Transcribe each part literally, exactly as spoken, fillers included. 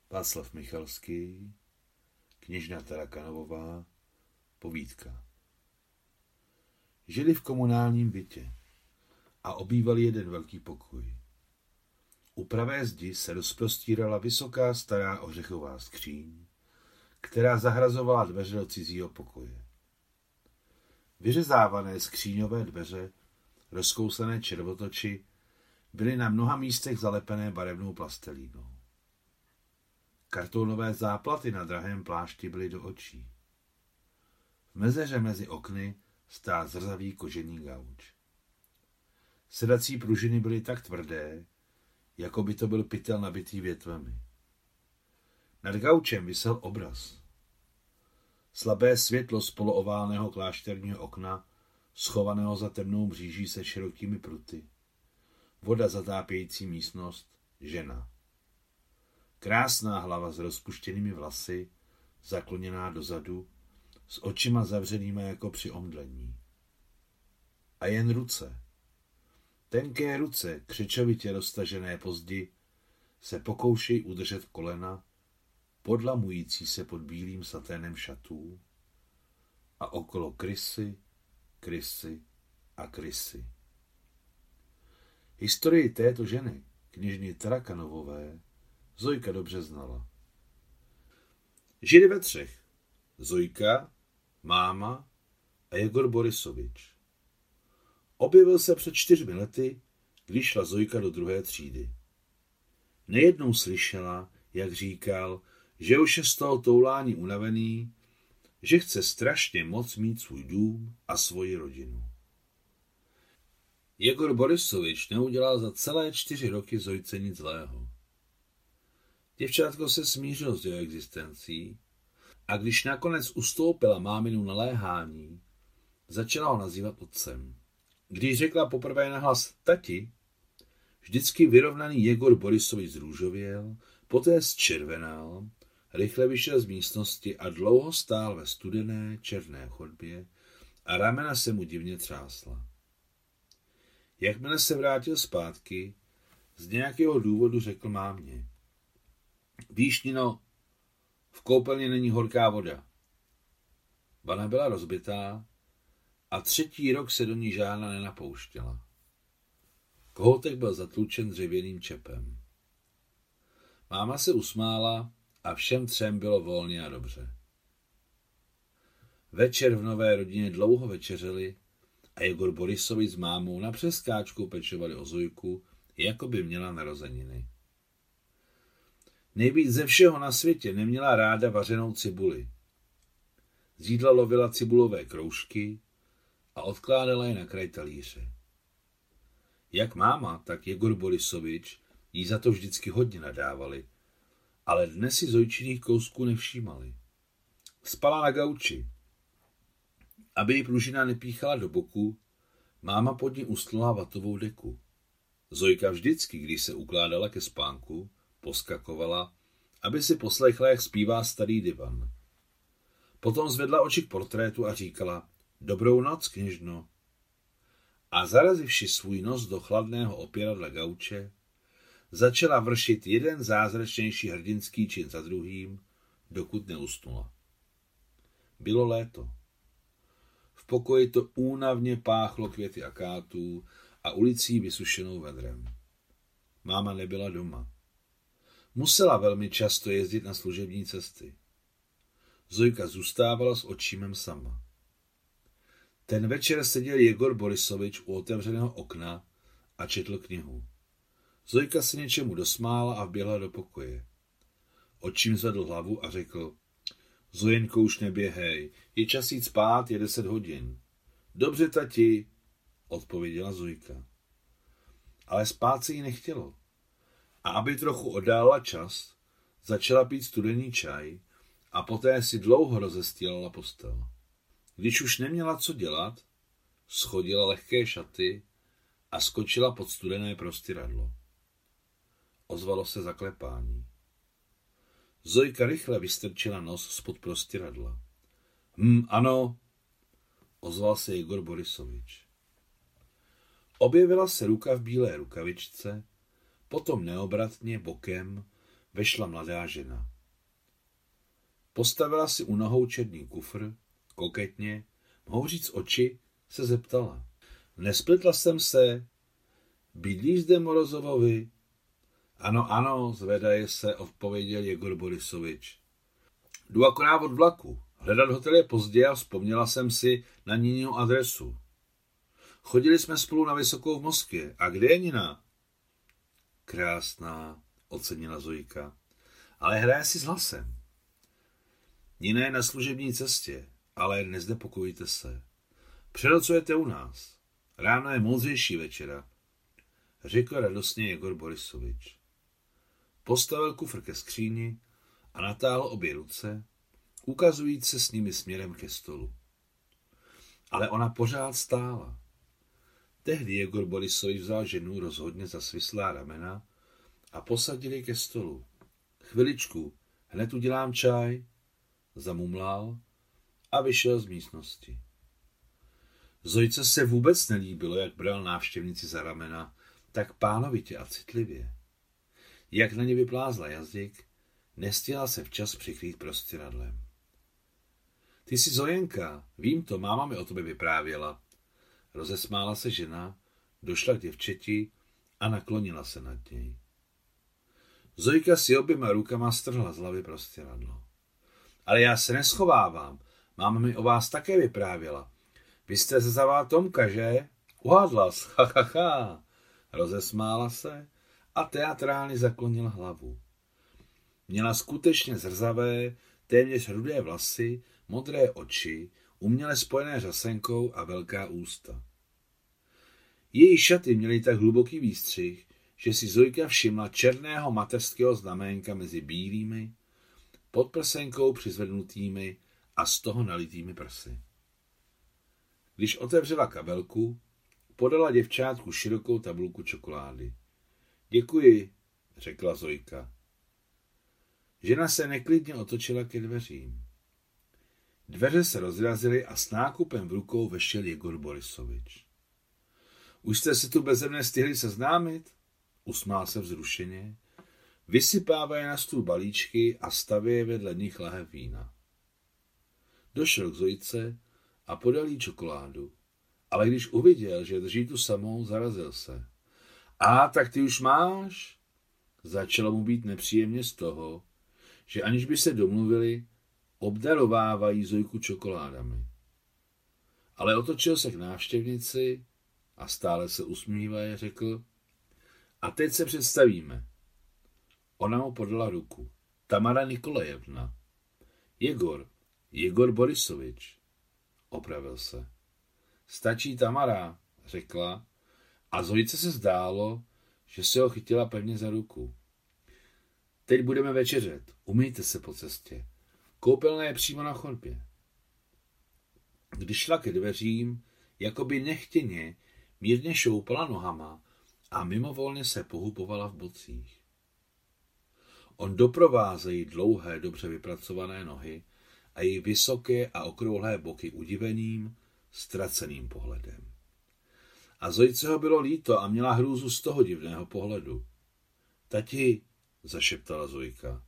Václav Michalský, kněžna Tarakanovová, povídka. Žili v komunálním bytě a obývali jeden velký pokoj. U pravé zdi se rozprostírala vysoká stará ořechová skříň, která zahrazovala dveře do cizího pokoje. Vyřezávané skříňové dveře, rozkousané červotoči, byly na mnoha místech zalepené barevnou plastelínou. Kartonové záplaty na drahém plášti byly do očí. V mezeře mezi okny stál zrzavý kožený gauč. Sedací pružiny byly tak tvrdé, jako by to byl pytel nabitý větvemi. Nad gaučem visel obraz. Slabé světlo z polooválného klášterního okna, schovaného za temnou mříží se širokými pruty. Voda zatápějící místnost, žena. Krásná hlava s rozpuštěnými vlasy, zakloněná dozadu, s očima zavřenýma jako při omdlení. A jen ruce. Tenké ruce, křečovitě roztažené po zdi, se pokoušejí udržet kolena, podlamující se pod bílým saténem šatů, a okolo krysy, krysy a krysy. Historii této ženy, kněžny Tarakanovové, Zojka dobře znala. Žili ve třech. Zojka, máma a Jegor Borisovič. Objevil se před čtyřmi lety, když šla Zojka do druhé třídy. Nejednou slyšela, jak říkal, že už je z toho toulání unavený, že chce strašně moc mít svůj dům a svoji rodinu. Jegor Borisovič neudělal za celé čtyři roky Zojce nic zlého. Děvčátko se smířilo s jeho existencí a když nakonec ustoupila máminu naléhání, začala ho nazývat otcem. Když řekla poprvé nahlas tati, vždycky vyrovnaný Jegor Borisovič zrůžověl, poté zčervenal, rychle vyšel z místnosti a dlouho stál ve studené černé chodbě a ramena se mu divně třásla. Jakmile se vrátil zpátky, z nějakého důvodu řekl mámě: Víš, Nino, v koupelně není horká voda. Vana byla rozbitá a třetí rok se do ní žádná nenapouštěla. Kohoutek byl zatlučen dřevěným čepem. Máma se usmála a všem třem bylo volně a dobře. Večer v nové rodině dlouho večeřeli a Jegor Borisovič s mámou na přeskáčku pečovali o Zojku, jako by měla narozeniny. Nejvíc ze všeho na světě neměla ráda vařenou cibuli. Z jídla lovila cibulové kroužky a odkládala je na kraj talíře. Jak máma, tak Jegor Borisovič jí za to vždycky hodně nadávali, ale dnes si Zojčiných kousků nevšímali. Spala na gauči. Aby jí pružina nepíchala do boku, máma pod ní ustlala vatovou deku. Zojka vždycky, když se ukládala ke spánku, poskakovala, aby si poslechla, jak zpívá starý divan. Potom zvedla oči k portrétu a říkala: Dobrou noc, kněžno. A zarazivši svůj nos do chladného opěradla gauče, začala vršit jeden zázračnější hrdinský čin za druhým, dokud neusnula. Bylo léto. V pokoji to únavně páchlo květy akátů a ulicí vysušenou vedrem. Máma nebyla doma. Musela velmi často jezdit na služební cesty. Zojka zůstávala s očímem sama. Ten večer seděl Jegor Borisovič u otevřeného okna a četl knihu. Zojka se něčemu dosmála a vběhla do pokoje. Očím zvedl hlavu a řekl: Zojenko, už neběhej, je čas jít spát, je deset hodin. Dobře, tati, odpověděla Zojka. Ale spát se jí nechtělo. A aby trochu oddálila čas, začala pít studený čaj a poté si dlouho rozestýlala postel. Když už neměla co dělat, schodila lehké šaty a skočila pod studené prostěradlo. Ozvalo se zaklepání. Zojka rychle vystrčila nos spod prostěradla. Hm, ano, ozval se Jegor Borisovič. Objevila se ruka v bílé rukavičce, potom neobratně bokem vešla mladá žena. Postavila si u nohou černý kufr, koketně, mohu říct oči, se zeptala. Nespletla jsem se? Bydlí zde Morozovovi? Ano, ano, zvedaje se, odpověděl Jegor Borisovič. Jdu akorát od vlaku. Hledat hotel je pozdě a vzpomněla jsem si na Niniu adresu. Chodili jsme spolu na Vysokou v Moskvě. A kde je Nina? Krásná, ocenila Zojka. Ale hraje si s hlasem. Nina je na služební cestě, ale neznepokojujte se. Přenocujete u nás. Ráno je moudřejší večera, řekl radostně Jegor Borisovič. Postavil kufr ke skříni a natáhl obě ruce, ukazujíc se s nimi směrem ke stolu. Ale ona pořád stála. Tehdy Jegor Borisovič vzal ženu rozhodně za svislá ramena a posadil ji ke stolu. Chviličku, hned udělám čaj, zamumlal a vyšel z místnosti. Zojce se vůbec nelíbilo, jak bral návštěvnici za ramena, tak pánovitě a citlivě. Jak na ně vyplázla jazyk, nestihla se včas přikrýt prostěradlem. Ty jsi Zojenka, vím to, máma mi o tobě vyprávěla. Rozesmála se žena, došla k děvčeti a naklonila se nad něj. Zojka si oběma rukama strhla z hlavy prostěradlo. Ale já se neschovávám, máma mi o vás také vyprávěla. Vy jste se zavál Tomka, že? Uhádla jsi, ha, ha, ha. Rozesmála se a teatrálně zaklonila hlavu. Měla skutečně zrzavé, téměř rudé vlasy, modré oči, uměle spojené řasenkou a velká ústa. Její šaty měly tak hluboký výstřih, že si Zojka všimla černého mateřského znaménka mezi bílými, pod prsenkou přizvednutými a z toho nalitými prsy. Když otevřela kabelku, podala děvčátku širokou tabulku čokolády. Děkuji, řekla Zojka. Žena se neklidně otočila ke dveřím. Dveře se rozrazily a s nákupem v rukou vešel Jegor Borisovič. Už jste se tu beze mne stihli seznámit? Usmál se vzrušeně. Vysypávají na stůl balíčky a staví vedle nich lahev vína. Došel k Zojce a podal jí čokoládu. Ale když uviděl, že drží tu samou, zarazil se. A tak ty už máš? Začalo mu být nepříjemně z toho, že aniž by se domluvili, obdarovávají Zojku čokoládami. Ale otočil se k návštěvnici a stále se usmívaje řekl: A teď se představíme. Ona mu podala ruku. Tamara Nikolajevna. Jegor, Jegor Borisovič. Opravil se. Stačí Tamara, řekla, a Zojce se zdálo, že se ho chytila pevně za ruku. Teď budeme večeřet, umyjte se po cestě. Koupelna je přímo na chodbě. Když šla ke dveřím, jakoby nechtěně, mírně šoupala nohama a mimovolně se pohubovala v bocích. On doprovázejí dlouhé, dobře vypracované nohy a její vysoké a okrouhlé boky udiveným, ztraceným pohledem. A Zojce ho bylo líto a měla hrůzu z toho divného pohledu. Tati, zašeptala Zojka.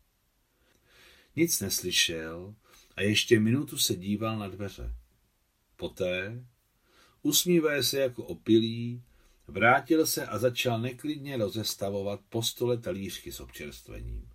Nic neslyšel a ještě minutu se díval na dveře. Poté, usmívaje se jako opilý, vrátil se a začal neklidně rozestavovat po stole talířky s občerstvením.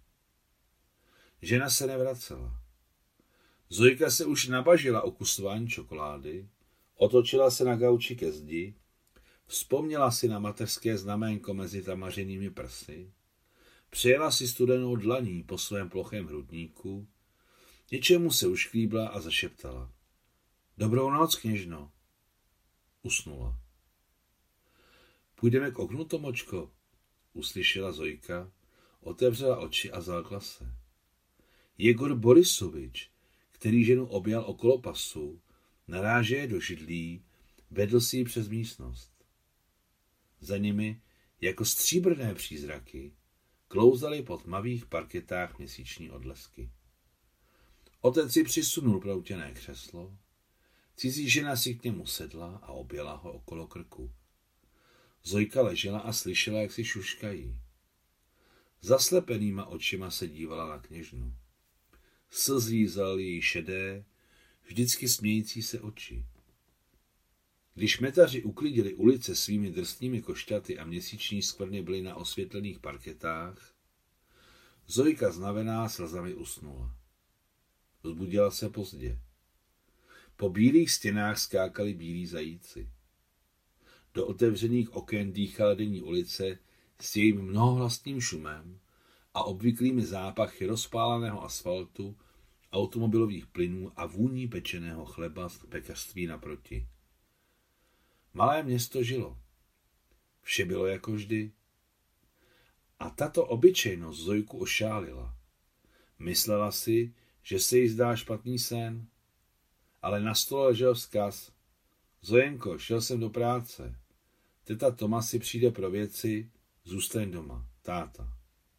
Žena se nevracela. Zojka se už nabažila o kusování čokolády, otočila se na gauči ke zdi, vzpomněla si na mateřské znaménko mezi tamařenými prsy, přijela si studenou dlaní po svém plochém hrudníku, něčemu se ušklíbla a zašeptala. Dobrou noc, kněžno. Usnula. Půjdeme k oknu, Tomočko, uslyšela Zojka, otevřela oči a zalkla se. Jegor Borisovič, který ženu objal okolo pasu, narážeje do židlí, vedl si ji přes místnost. Za nimi, jako stříbrné přízraky, klouzaly po tmavých parketách měsíční odlesky. Otec si přisunul proutěné křeslo, cizí žena si k němu sedla a objela ho okolo krku. Zojka ležela a slyšela, jak si šuškají. Zaslepenýma očima se dívala na kněžnu. Slzí zalily její šedé, vždycky smějící se oči. Když metaři uklidili ulice svými drsnými košťaty a měsíční skvrny byly na osvětlených parketách, Zojka znavená slzami usnula. Vzbudila se pozdě. Po bílých stěnách skákali bílí zajíci. Do otevřených oken dýchala denní ulice s jejím mnohohlasným šumem a obvyklými zápachy rozpáleného asfaltu, automobilových plynů a vůní pečeného chleba z pekařství naproti. Malé město žilo. Vše bylo jako vždy. A tato obyčejnost Zojku ošálila. Myslela si, že se jí zdá špatný sen, ale na stole ležel vzkaz. Zojenko, šel jsem do práce. Teta Toma si přijde pro věci, zůstaň doma, táta.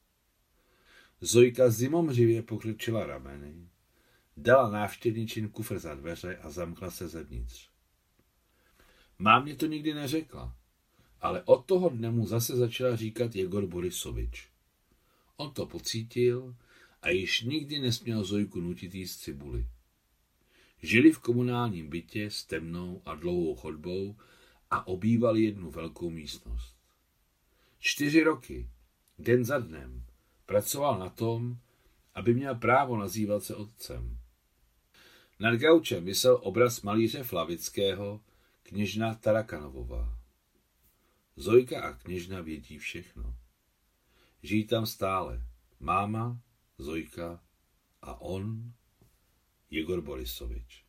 Zojka zimomřivě pokrčila rameny, dala návštěvničin kufr za dveře a zamkla se zevnitř. Mámě to nikdy neřekla, ale od toho dne mu zase začala říkat Jegor Borisovič. On to pocítil a již nikdy nesměl Zojku nutit jíst cibuli. Žili v komunálním bytě s temnou a dlouhou chodbou a obývali jednu velkou místnost. Čtyři roky, den za dnem, pracoval na tom, aby měl právo nazývat se otcem. Nad gaučem visel obraz malíře Flavického, kněžna Tarakanovová. Zojka a kněžna vědí všechno. Žijí tam stále máma, Zojka a on, Jegor Borisovič.